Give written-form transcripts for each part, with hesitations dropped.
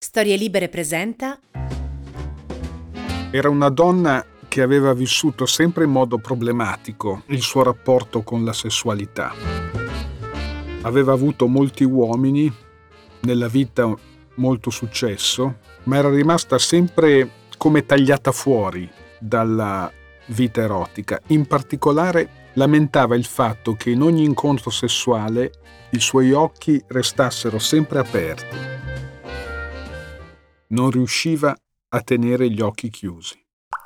Storie Libere presenta. Era una donna che aveva vissuto sempre in modo problematico il suo rapporto con la sessualità. Aveva avuto molti uomini, nella vita molto successo, ma era rimasta sempre come tagliata fuori dalla vita erotica. In particolare lamentava il fatto che in ogni incontro sessuale i suoi occhi restassero sempre aperti. Non riusciva a tenere gli occhi chiusi.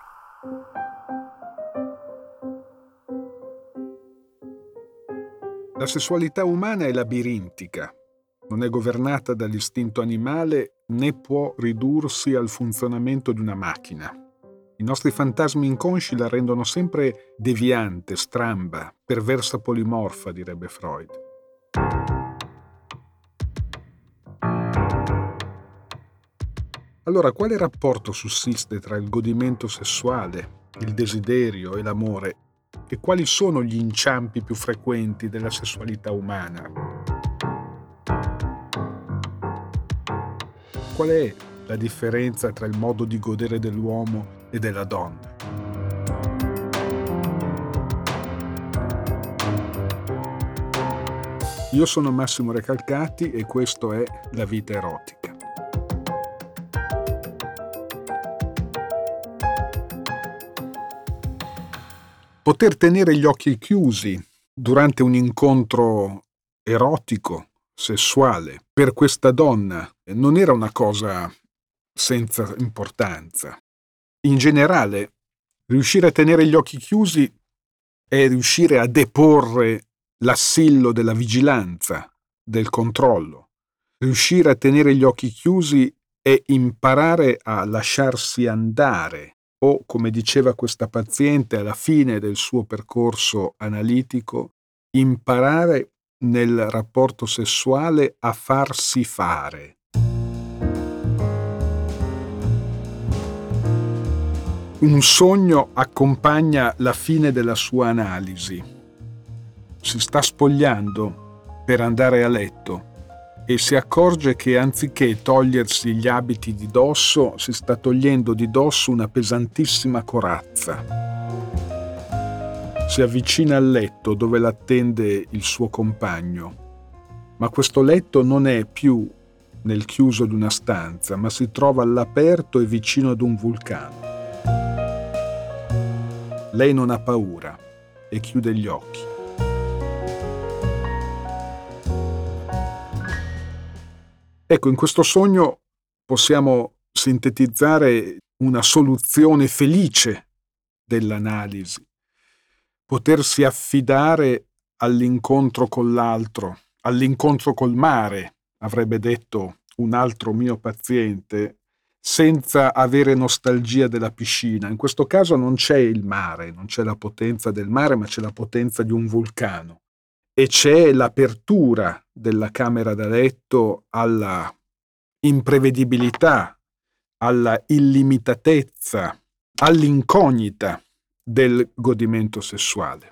La sessualità umana è labirintica, non è governata dall'istinto animale né può ridursi al funzionamento di una macchina. I nostri fantasmi inconsci la rendono sempre deviante, stramba, perversa polimorfa, direbbe Freud. Allora, quale rapporto sussiste tra il godimento sessuale, il desiderio e l'amore? E quali sono gli inciampi più frequenti della sessualità umana? Qual è la differenza tra il modo di godere dell'uomo e della donna? Io sono Massimo Recalcati e questo è La Vita Erotica. Poter tenere gli occhi chiusi durante un incontro erotico, sessuale, per questa donna non era una cosa senza importanza. In generale, riuscire a tenere gli occhi chiusi è riuscire a deporre l'assillo della vigilanza, del controllo. Riuscire a tenere gli occhi chiusi è imparare a lasciarsi andare, o, come diceva questa paziente alla fine del suo percorso analitico, imparare nel rapporto sessuale a farsi fare. Un sogno accompagna la fine della sua analisi. Si sta spogliando per andare a letto e si accorge che anziché togliersi gli abiti di dosso, si sta togliendo di dosso una pesantissima corazza. Si avvicina al letto dove l'attende il suo compagno, ma questo letto non è più nel chiuso di una stanza, ma si trova all'aperto e vicino ad un vulcano. Lei non ha paura e chiude gli occhi. Ecco, in questo sogno possiamo sintetizzare una soluzione felice dell'analisi. Potersi affidare all'incontro con l'altro, all'incontro col mare, avrebbe detto un altro mio paziente, senza avere nostalgia della piscina. In questo caso non c'è il mare, non c'è la potenza del mare, ma c'è la potenza di un vulcano. E c'è l'apertura della camera da letto alla imprevedibilità, alla illimitatezza, all'incognita del godimento sessuale.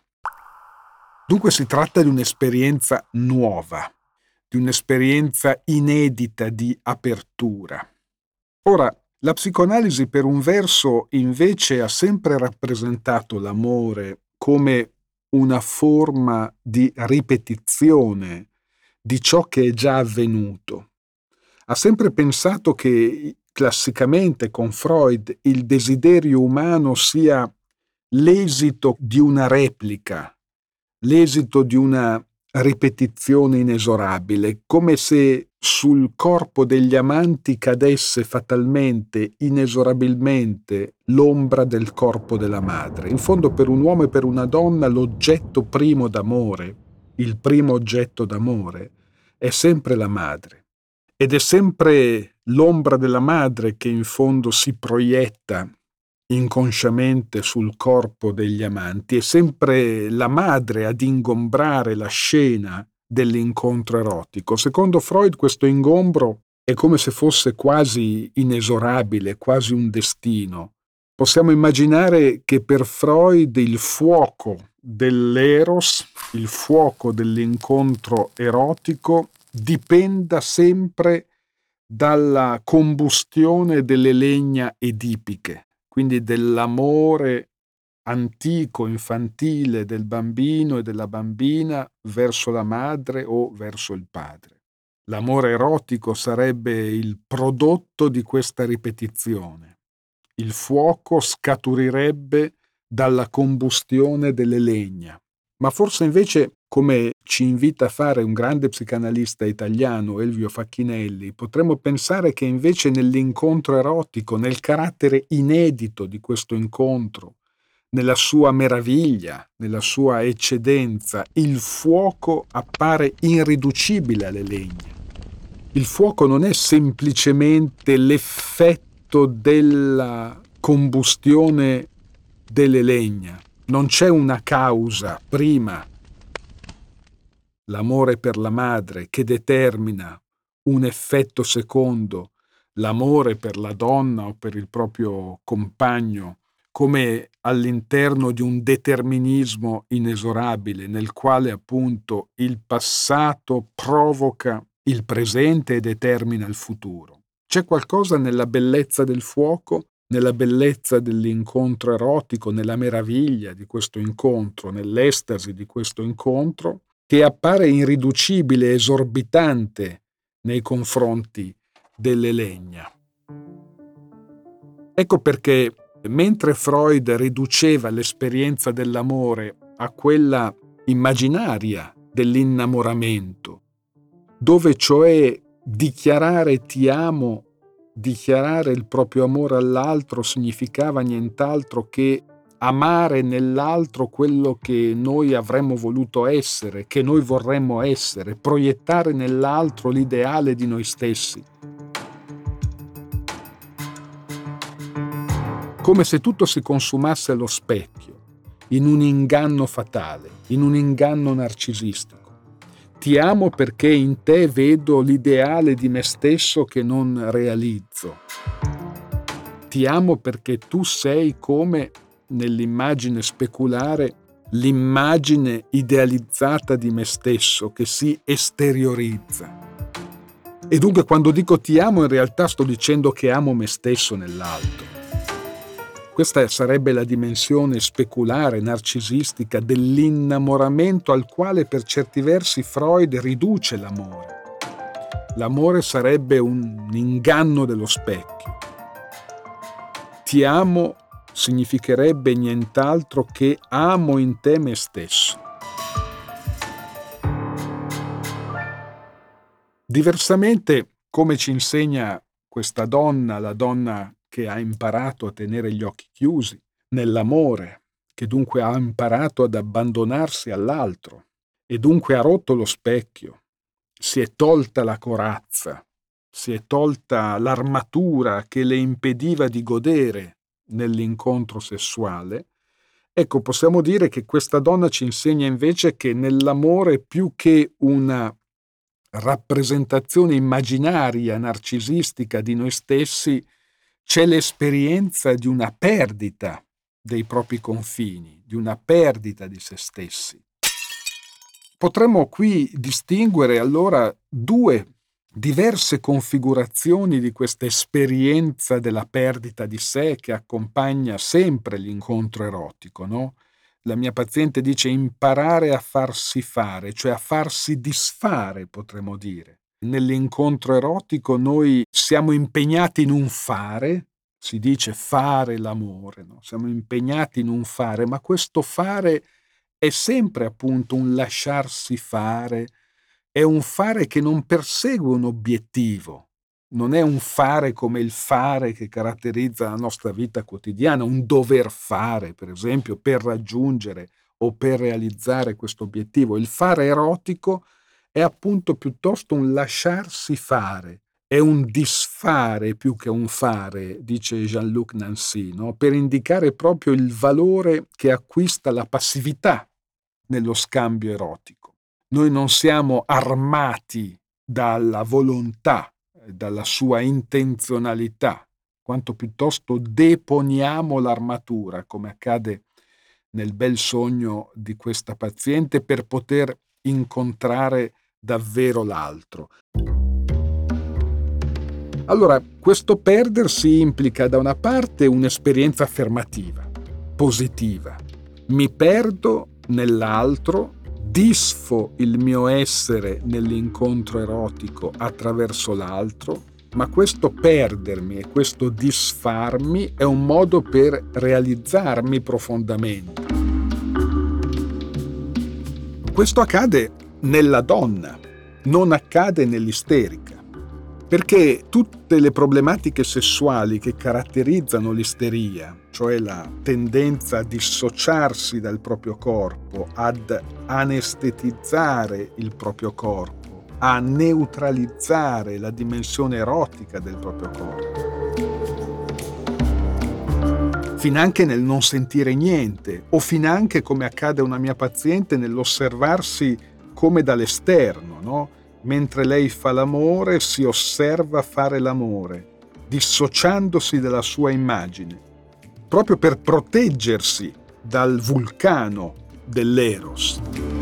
Dunque si tratta di un'esperienza nuova, di un'esperienza inedita di apertura. Ora, la psicoanalisi per un verso invece ha sempre rappresentato l'amore come una forma di ripetizione di ciò che è già avvenuto. Ha sempre pensato che classicamente con Freud il desiderio umano sia l'esito di una replica, l'esito di una ripetizione inesorabile, come se sul corpo degli amanti cadesse fatalmente, inesorabilmente, l'ombra del corpo della madre. In fondo per un uomo e per una donna l'oggetto primo d'amore, il primo oggetto d'amore, è sempre la madre. Ed è sempre l'ombra della madre che in fondo si proietta inconsciamente sul corpo degli amanti. È sempre la madre ad ingombrare la scena dell'incontro erotico. Secondo Freud questo ingombro è come se fosse quasi inesorabile, quasi un destino. Possiamo immaginare che per Freud il fuoco dell'eros, il fuoco dell'incontro erotico, dipenda sempre dalla combustione delle legna edipiche, quindi dell'amore antico, infantile del bambino e della bambina verso la madre o verso il padre. L'amore erotico sarebbe il prodotto di questa ripetizione. Il fuoco scaturirebbe dalla combustione delle legna. Ma forse invece, come ci invita a fare un grande psicanalista italiano, Elvio Facchinelli, potremmo pensare che invece nell'incontro erotico, nel carattere inedito di questo incontro, nella sua meraviglia, nella sua eccedenza, il fuoco appare irriducibile alle legna. Il fuoco non è semplicemente l'effetto della combustione delle legna, non c'è una causa prima, l'amore per la madre, che determina un effetto secondo, l'amore per la donna o per il proprio compagno, come all'interno di un determinismo inesorabile nel quale appunto il passato provoca il presente e determina il futuro. C'è qualcosa nella bellezza del fuoco, nella bellezza dell'incontro erotico, nella meraviglia di questo incontro, nell'estasi di questo incontro, che appare irriducibile, esorbitante nei confronti delle legna. Ecco perché, mentre Freud riduceva l'esperienza dell'amore a quella immaginaria dell'innamoramento, dove cioè dichiarare ti amo, dichiarare il proprio amore all'altro significava nient'altro che amare nell'altro quello che noi avremmo voluto essere, che noi vorremmo essere, proiettare nell'altro l'ideale di noi stessi. Come se tutto si consumasse allo specchio, in un inganno fatale, in un inganno narcisistico. Ti amo perché in te vedo l'ideale di me stesso che non realizzo. Ti amo perché tu sei come, nell'immagine speculare, l'immagine idealizzata di me stesso che si esteriorizza. E dunque quando dico ti amo in realtà sto dicendo che amo me stesso nell'altro. Questa sarebbe la dimensione speculare, narcisistica dell'innamoramento al quale per certi versi Freud riduce l'amore. L'amore sarebbe un inganno dello specchio. Ti amo significherebbe nient'altro che amo in te me stesso. Diversamente, come ci insegna questa donna, la donna che ha imparato a tenere gli occhi chiusi, nell'amore, che dunque ha imparato ad abbandonarsi all'altro e dunque ha rotto lo specchio, si è tolta la corazza, si è tolta l'armatura che le impediva di godere nell'incontro sessuale. Ecco, possiamo dire che questa donna ci insegna invece che nell'amore, più che una rappresentazione immaginaria, narcisistica di noi stessi, c'è l'esperienza di una perdita dei propri confini, di una perdita di se stessi. Potremmo qui distinguere allora due diverse configurazioni di questa esperienza della perdita di sé che accompagna sempre l'incontro erotico, no? La mia paziente dice imparare a farsi fare, cioè a farsi disfare, potremmo dire. Nell'incontro erotico noi siamo impegnati in un fare, si dice fare l'amore, no? Siamo impegnati in un fare, ma questo fare è sempre appunto un lasciarsi fare, è un fare che non persegue un obiettivo, non è un fare come il fare che caratterizza la nostra vita quotidiana, un dover fare, per esempio, per raggiungere o per realizzare questo obiettivo. Il fare erotico è appunto piuttosto un lasciarsi fare, è un disfare più che un fare, dice Jean-Luc Nancy, no? Per indicare proprio il valore che acquista la passività nello scambio erotico. Noi non siamo armati dalla volontà, dalla sua intenzionalità, quanto piuttosto deponiamo l'armatura, come accade nel bel sogno di questa paziente, per poter incontrare davvero l'altro. Allora, questo perdersi implica da una parte un'esperienza affermativa, positiva. Mi perdo nell'altro, disfo il mio essere nell'incontro erotico attraverso l'altro, ma questo perdermi e questo disfarmi è un modo per realizzarmi profondamente. Questo accade nella donna, non accade nell'isterica. Perché tutte le problematiche sessuali che caratterizzano l'isteria, cioè la tendenza a dissociarsi dal proprio corpo, ad anestetizzare il proprio corpo, a neutralizzare la dimensione erotica del proprio corpo, finanche nel non sentire niente, o finanche, come accade a una mia paziente, nell'osservarsi come dall'esterno, no? Mentre lei fa l'amore, si osserva fare l'amore, dissociandosi dalla sua immagine, proprio per proteggersi dal vulcano dell'eros.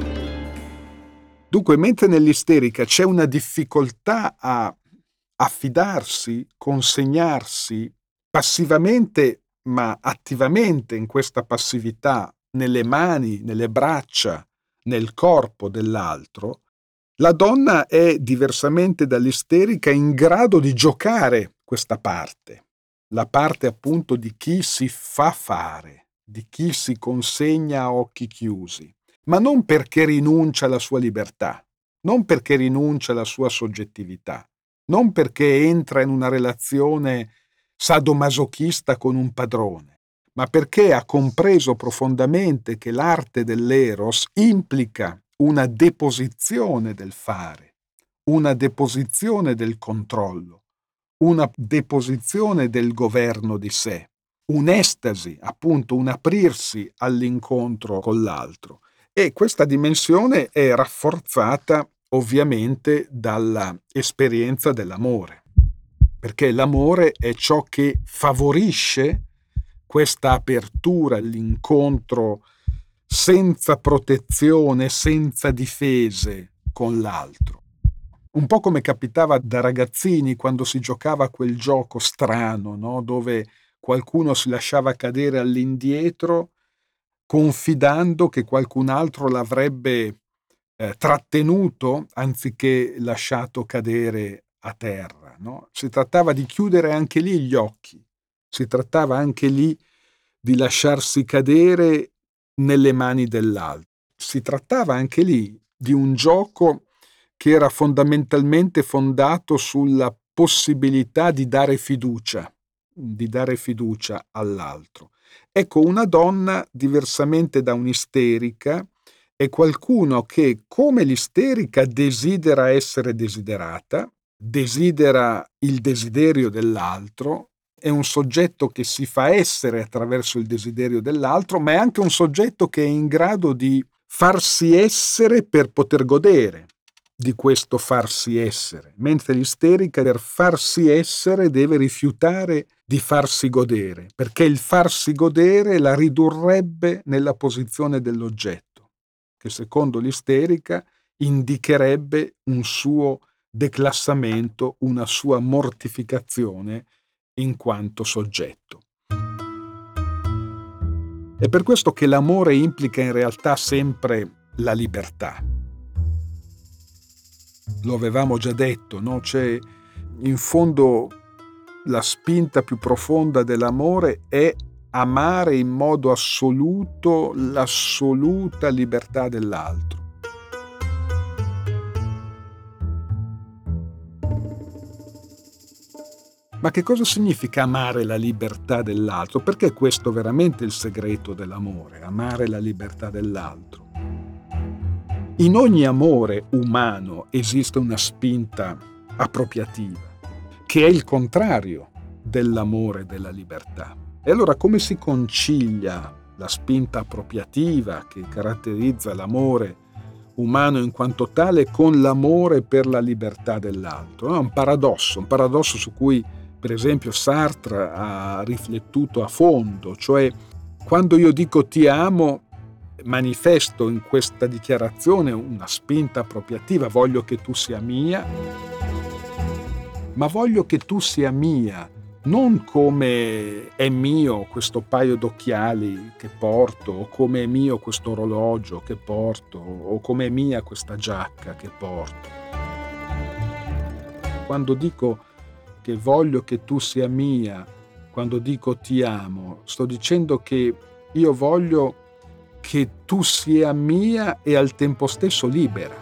Dunque, mentre nell'isterica c'è una difficoltà a affidarsi, consegnarsi passivamente ma attivamente in questa passività nelle mani, nelle braccia, nel corpo dell'altro, la donna è, diversamente dall'isterica, in grado di giocare questa parte, la parte appunto di chi si fa fare, di chi si consegna a occhi chiusi, ma non perché rinuncia alla sua libertà, non perché rinuncia alla sua soggettività, non perché entra in una relazione sadomasochista con un padrone, ma perché ha compreso profondamente che l'arte dell'eros implica una deposizione del fare, una deposizione del controllo, una deposizione del governo di sé, un'estasi, appunto un aprirsi all'incontro con l'altro. E questa dimensione è rafforzata ovviamente dalla esperienza dell'amore, perché l'amore è ciò che favorisce questa apertura, l'incontro senza protezione, senza difese con l'altro. Un po' come capitava da ragazzini quando si giocava a quel gioco strano, no? Dove qualcuno si lasciava cadere all'indietro confidando che qualcun altro l'avrebbe trattenuto anziché lasciato cadere a terra, no? Si trattava di chiudere anche lì gli occhi, si trattava anche lì di lasciarsi cadere nelle mani dell'altro. Si trattava anche lì di un gioco che era fondamentalmente fondato sulla possibilità di dare fiducia all'altro. Ecco, una donna, diversamente da un'isterica, è qualcuno che, come l'isterica, desidera essere desiderata, desidera il desiderio dell'altro, è un soggetto che si fa essere attraverso il desiderio dell'altro, ma è anche un soggetto che è in grado di farsi essere per poter godere di questo farsi essere, mentre l'isterica per farsi essere deve rifiutare di farsi godere, perché il farsi godere la ridurrebbe nella posizione dell'oggetto, che secondo l'isterica indicherebbe un suo declassamento, una sua mortificazione in quanto soggetto. È per questo che l'amore implica in realtà sempre la libertà. Lo avevamo già detto, no? C'è in fondo la spinta più profonda dell'amore è amare in modo assoluto l'assoluta libertà dell'altro. Ma che cosa significa amare la libertà dell'altro? Perché questo è veramente il segreto dell'amore, amare la libertà dell'altro. In ogni amore umano esiste una spinta appropriativa, che è il contrario dell'amore della libertà. E allora come si concilia la spinta appropriativa che caratterizza l'amore umano in quanto tale con l'amore per la libertà dell'altro? È un paradosso su cui per esempio Sartre ha riflettuto a fondo, cioè quando io dico ti amo manifesto in questa dichiarazione una spinta appropriativa, voglio che tu sia mia, ma voglio che tu sia mia, non come è mio questo paio d'occhiali che porto, o come è mio questo orologio che porto, o come è mia questa giacca che porto. Quando dico che voglio che tu sia mia, quando dico ti amo, sto dicendo che io voglio che tu sia mia e al tempo stesso libera.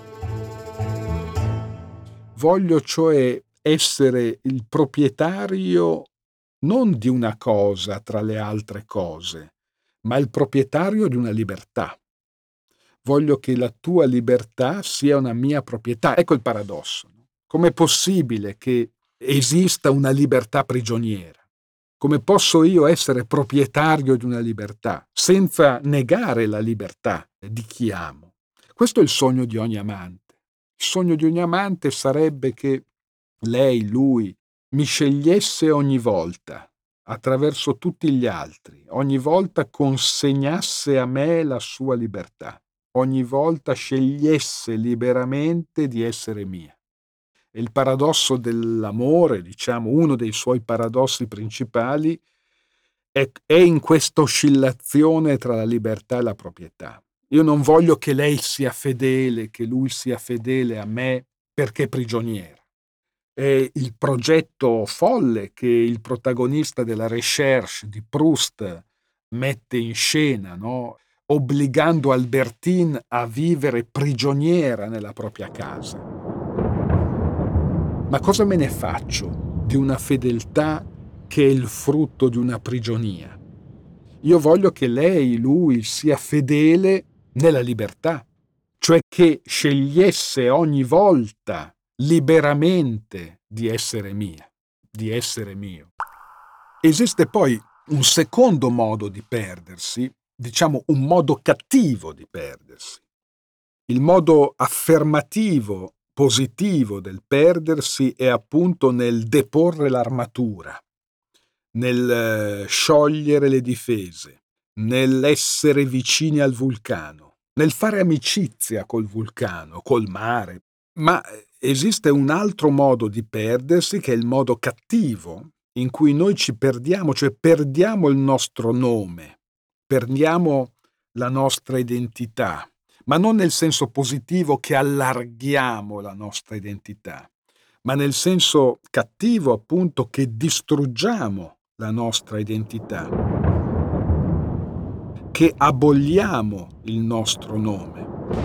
Voglio cioè essere il proprietario non di una cosa tra le altre cose, ma il proprietario di una libertà. Voglio che la tua libertà sia una mia proprietà. Ecco il paradosso. Com'è possibile che esista una libertà prigioniera? Come posso io essere proprietario di una libertà senza negare la libertà di chi amo? Questo è il sogno di ogni amante. Il sogno di ogni amante sarebbe che lei, lui, mi scegliesse ogni volta, attraverso tutti gli altri, ogni volta consegnasse a me la sua libertà, ogni volta scegliesse liberamente di essere mia. E il paradosso dell'amore, diciamo, uno dei suoi paradossi principali, è in questa oscillazione tra la libertà e la proprietà. Io non voglio che lei sia fedele, che lui sia fedele a me perché è prigioniera. È il progetto folle che il protagonista della Recherche di Proust mette in scena, no? Obbligando Albertine a vivere prigioniera nella propria casa. Ma cosa me ne faccio di una fedeltà che è il frutto di una prigionia? Io voglio che lei, lui, sia fedele nella libertà, cioè che scegliesse ogni volta liberamente di essere mia, di essere mio. Esiste poi un secondo modo di perdersi, diciamo un modo cattivo di perdersi. Il modo affermativo, positivo del perdersi è appunto nel deporre l'armatura, nel sciogliere le difese, nell'essere vicini al vulcano, nel fare amicizia col vulcano, col mare. Ma esiste un altro modo di perdersi che è il modo cattivo, in cui noi ci perdiamo, cioè perdiamo il nostro nome, perdiamo la nostra identità, ma non nel senso positivo che allarghiamo la nostra identità, ma nel senso cattivo appunto che distruggiamo la nostra identità, che aboliamo il nostro nome.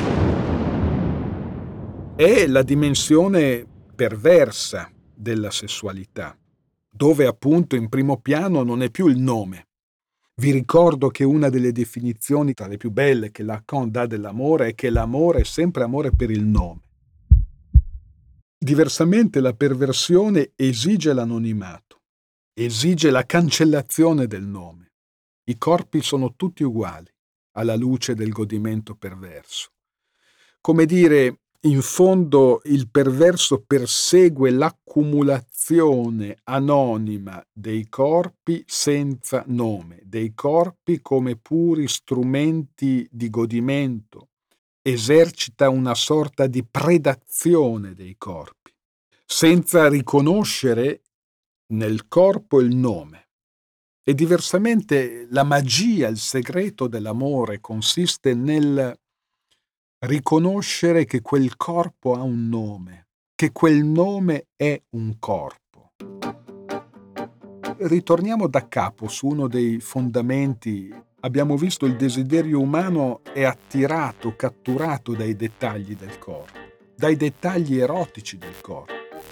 È la dimensione perversa della sessualità, dove appunto in primo piano non è più il nome. Vi ricordo che una delle definizioni tra le più belle che Lacan dà dell'amore è che l'amore è sempre amore per il nome. Diversamente la perversione esige l'anonimato, esige la cancellazione del nome. I corpi sono tutti uguali alla luce del godimento perverso. Come dire, in fondo il perverso persegue l'accumulazione anonima dei corpi senza nome, dei corpi come puri strumenti di godimento, esercita una sorta di predazione dei corpi, senza riconoscere nel corpo il nome. E diversamente la magia, il segreto dell'amore consiste nel riconoscere che quel corpo ha un nome, che quel nome è un corpo. Ritorniamo da capo su uno dei fondamenti. Abbiamo visto il desiderio umano è attirato, catturato dai dettagli del corpo, dai dettagli erotici del corpo.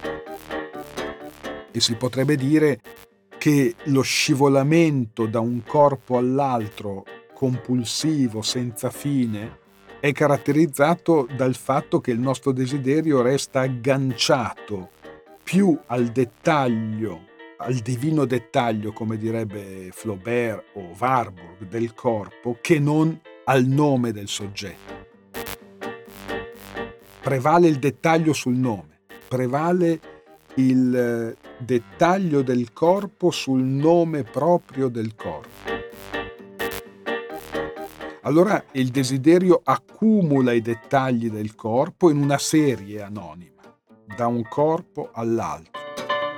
E si potrebbe dire che lo scivolamento da un corpo all'altro compulsivo, senza fine, è caratterizzato dal fatto che il nostro desiderio resta agganciato più al dettaglio, al divino dettaglio, come direbbe Flaubert o Warburg, del corpo, che non al nome del soggetto. Prevale il dettaglio sul nome, prevale il dettaglio del corpo sul nome proprio del corpo. Allora il desiderio accumula i dettagli del corpo in una serie anonima, da un corpo all'altro.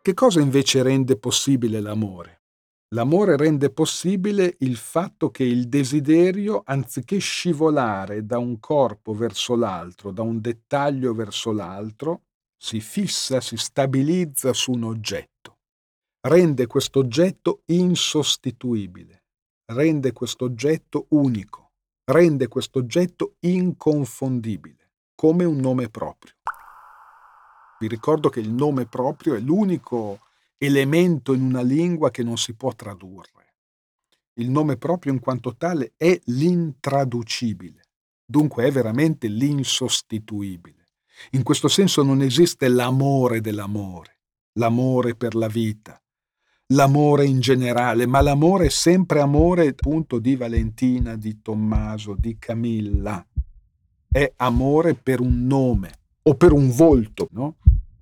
Che cosa invece rende possibile l'amore? L'amore rende possibile il fatto che il desiderio, anziché scivolare da un corpo verso l'altro, da un dettaglio verso l'altro, si fissa, si stabilizza su un oggetto. Rende questo oggetto insostituibile, rende questo oggetto unico, rende questo oggetto inconfondibile, come un nome proprio. Vi ricordo che il nome proprio è l'unico elemento in una lingua che non si può tradurre. Il nome proprio in quanto tale è l'intraducibile, dunque è veramente l'insostituibile. In questo senso non esiste l'amore dell'amore, l'amore per la vita, l'amore in generale, ma l'amore è sempre amore, appunto, di Valentina, di Tommaso, di Camilla. È amore per un nome o per un volto, no?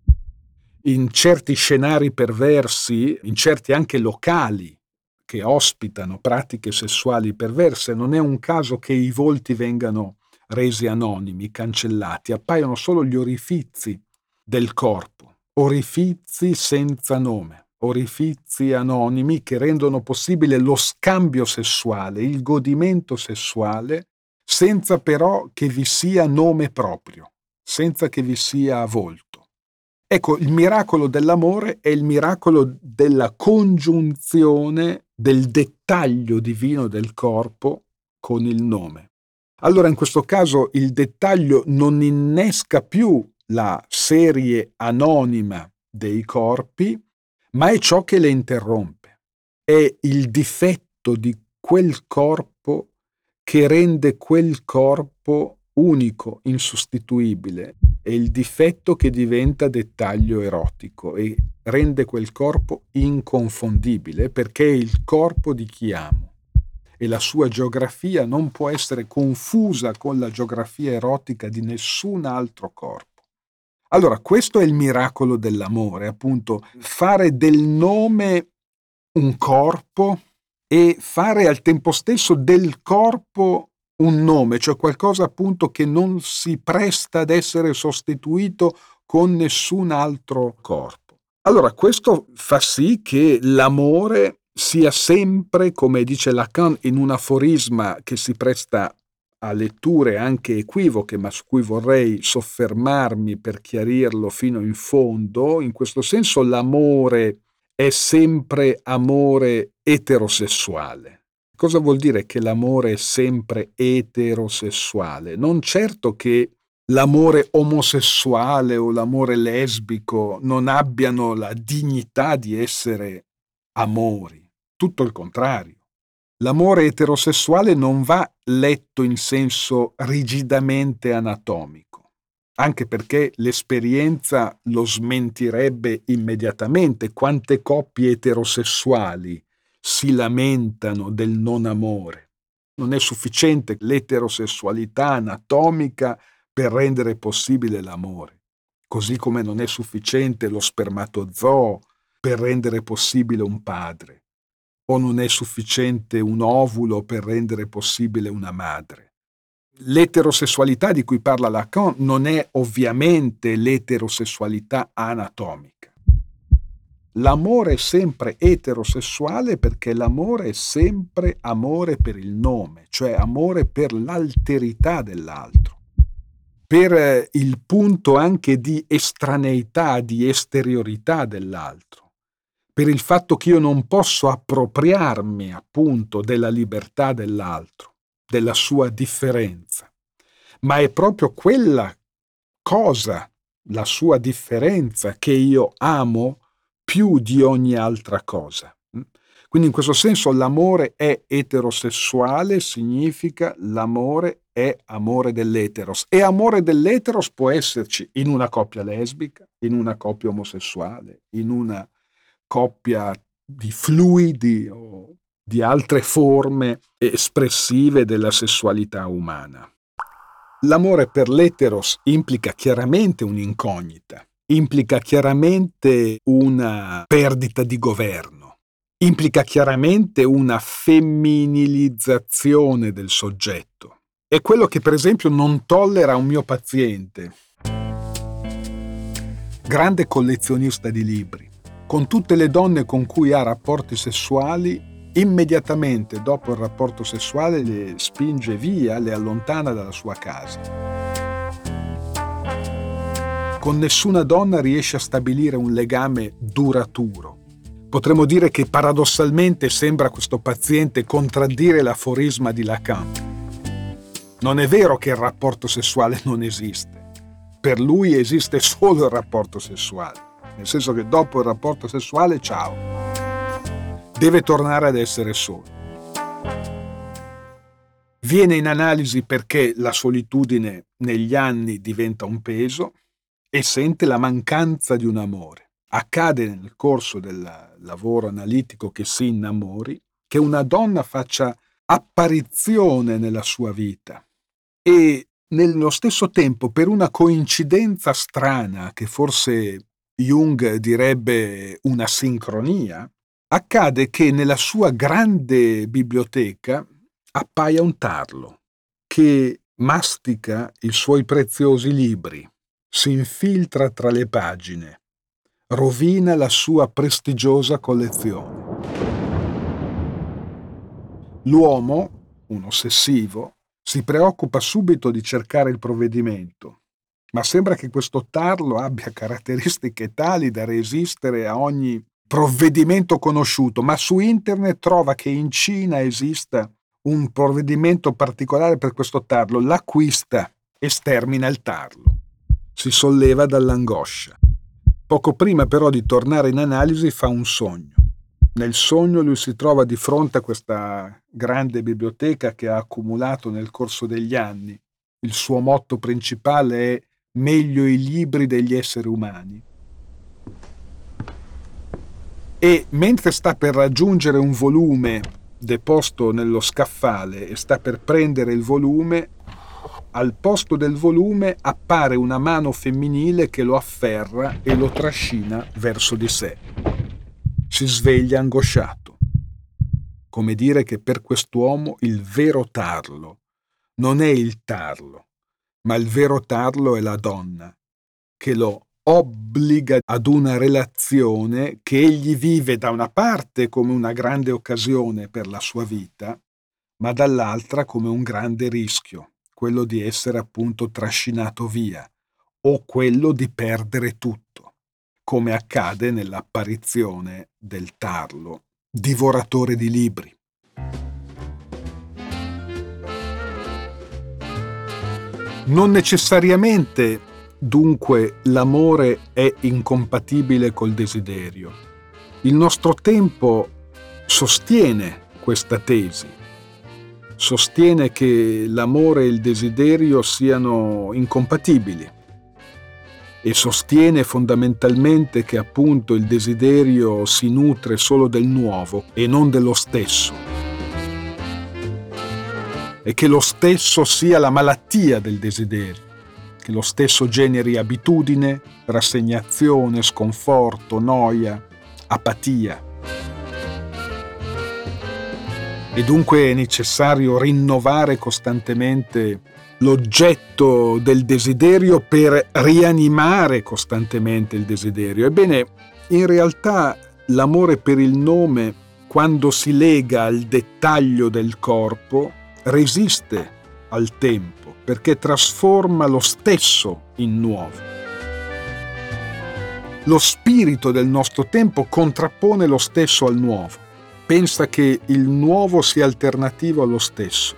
In certi scenari perversi, in certi anche locali che ospitano pratiche sessuali perverse, non è un caso che i volti vengano resi anonimi, cancellati, appaiono solo gli orifizi del corpo, orifizi senza nome, orifizi anonimi che rendono possibile lo scambio sessuale, il godimento sessuale, senza però che vi sia nome proprio, senza che vi sia volto. Ecco, il miracolo dell'amore è il miracolo della congiunzione del dettaglio divino del corpo con il nome. Allora, in questo caso, il dettaglio non innesca più la serie anonima dei corpi, ma è ciò che le interrompe. È il difetto di quel corpo che rende quel corpo unico, insostituibile. È il difetto che diventa dettaglio erotico e rende quel corpo inconfondibile, perché è il corpo di chi amo e la sua geografia non può essere confusa con la geografia erotica di nessun altro corpo. Allora, questo è il miracolo dell'amore, appunto, fare del nome un corpo e fare al tempo stesso del corpo un nome, cioè qualcosa appunto che non si presta ad essere sostituito con nessun altro corpo. Allora, questo fa sì che l'amore sia sempre, come dice Lacan in un aforisma che si presta a letture anche equivoche, ma su cui vorrei soffermarmi per chiarirlo fino in fondo, in questo senso l'amore è sempre amore eterosessuale. Cosa vuol dire che l'amore è sempre eterosessuale? Non certo che l'amore omosessuale o l'amore lesbico non abbiano la dignità di essere amori, tutto il contrario. L'amore eterosessuale non va letto in senso rigidamente anatomico, anche perché l'esperienza lo smentirebbe immediatamente. Quante coppie eterosessuali si lamentano del non amore? Non è sufficiente l'eterosessualità anatomica per rendere possibile l'amore, così come non è sufficiente lo spermatozoo per rendere possibile un padre, o non è sufficiente un ovulo per rendere possibile una madre. L'eterosessualità di cui parla Lacan non è ovviamente l'eterosessualità anatomica. L'amore è sempre eterosessuale perché l'amore è sempre amore per il nome, cioè amore per l'alterità dell'altro, per il punto anche di estraneità, di esteriorità dell'altro, per il fatto che io non posso appropriarmi appunto della libertà dell'altro, della sua differenza, ma è proprio quella cosa, la sua differenza, che io amo più di ogni altra cosa. Quindi in questo senso l'amore è eterosessuale, significa l'amore è amore dell'eteros, e amore dell'eteros può esserci in una coppia lesbica, in una coppia omosessuale, in una coppia di fluidi o di altre forme espressive della sessualità umana. L'amore per l'eteros implica chiaramente un'incognita, implica chiaramente una perdita di governo, implica chiaramente una femminilizzazione del soggetto. È quello che per esempio non tollera un mio paziente, grande collezionista di libri, con tutte le donne con cui ha rapporti sessuali, immediatamente dopo il rapporto sessuale le spinge via, le allontana dalla sua casa. Con nessuna donna riesce a stabilire un legame duraturo. Potremmo dire che paradossalmente sembra questo paziente contraddire l'aforisma di Lacan. Non è vero che il rapporto sessuale non esiste. Per lui esiste solo il rapporto sessuale. Nel senso che dopo il rapporto sessuale, ciao. Deve tornare ad essere solo. Viene in analisi perché la solitudine negli anni diventa un peso e sente la mancanza di un amore. Accade nel corso del lavoro analitico che si innamori, che una donna faccia apparizione nella sua vita e nello stesso tempo, per una coincidenza strana che forse Jung direbbe una sincronia, accade che nella sua grande biblioteca appaia un tarlo che mastica i suoi preziosi libri, si infiltra tra le pagine, rovina la sua prestigiosa collezione. L'uomo, un ossessivo, si preoccupa subito di cercare il provvedimento, ma sembra che questo tarlo abbia caratteristiche tali da resistere a ogni provvedimento conosciuto, ma su internet trova che in Cina esista un provvedimento particolare per questo tarlo, l'acquista e stermina il tarlo. Si solleva dall'angoscia. Poco prima però di tornare in analisi fa un sogno. Nel sogno lui si trova di fronte a questa grande biblioteca che ha accumulato nel corso degli anni. Il suo motto principale è meglio i libri degli esseri umani. E mentre sta per raggiungere un volume deposto nello scaffale e sta per prendere il volume, al posto del volume appare una mano femminile che lo afferra e lo trascina verso di sé. Si sveglia angosciato. Come dire che per quest'uomo il vero tarlo non è il tarlo, ma il vero tarlo è la donna, che lo obbliga ad una relazione che egli vive da una parte come una grande occasione per la sua vita, ma dall'altra come un grande rischio, quello di essere appunto trascinato via o quello di perdere tutto, come accade nell'apparizione del tarlo, divoratore di libri. Non necessariamente, dunque, l'amore è incompatibile col desiderio. Il nostro tempo sostiene questa tesi. Sostiene che l'amore e il desiderio siano incompatibili e sostiene fondamentalmente che appunto il desiderio si nutre solo del nuovo e non dello stesso, e che lo stesso sia la malattia del desiderio, che lo stesso generi abitudine, rassegnazione, sconforto, noia, apatia. E dunque è necessario rinnovare costantemente l'oggetto del desiderio per rianimare costantemente il desiderio. Ebbene, in realtà l'amore per il nome, quando si lega al dettaglio del corpo, resiste al tempo, perché trasforma lo stesso in nuovo. Lo spirito del nostro tempo contrappone lo stesso al nuovo. Pensa che il nuovo sia alternativo allo stesso.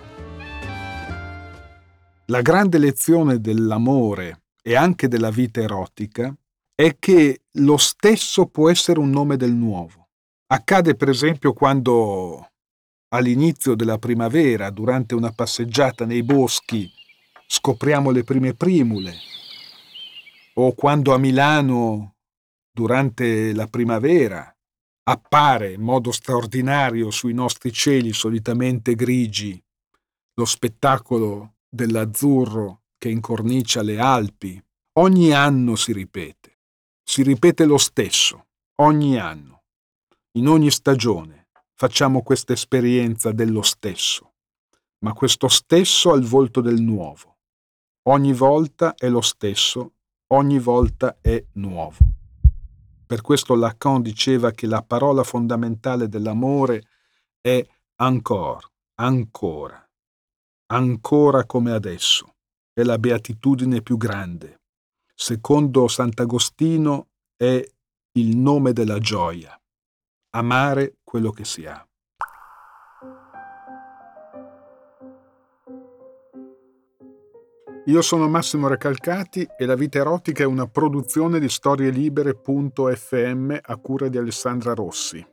La grande lezione dell'amore e anche della vita erotica è che lo stesso può essere un nome del nuovo. Accade per esempio quando all'inizio della primavera, durante una passeggiata nei boschi, scopriamo le prime primule, o quando a Milano, durante la primavera, appare in modo straordinario sui nostri cieli solitamente grigi lo spettacolo dell'azzurro che incornicia le Alpi. Ogni anno si ripete lo stesso, ogni anno, in ogni stagione facciamo questa esperienza dello stesso, ma questo stesso ha il volto del nuovo. Ogni volta è lo stesso, ogni volta è nuovo. Per questo Lacan diceva che la parola fondamentale dell'amore è ancora, ancora, ancora come adesso. È la beatitudine più grande. Secondo Sant'Agostino è il nome della gioia. Amare quello che si ha. Io sono Massimo Recalcati e La Vita Erotica è una produzione di storielibere.fm a cura di Alessandra Rossi.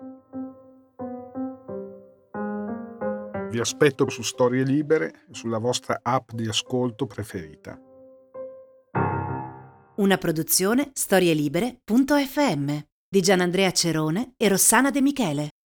Vi aspetto su Storie Libere e sulla vostra app di ascolto preferita. Una produzione storielibere.fm di Gianandrea Cerone e Rossana De Michele.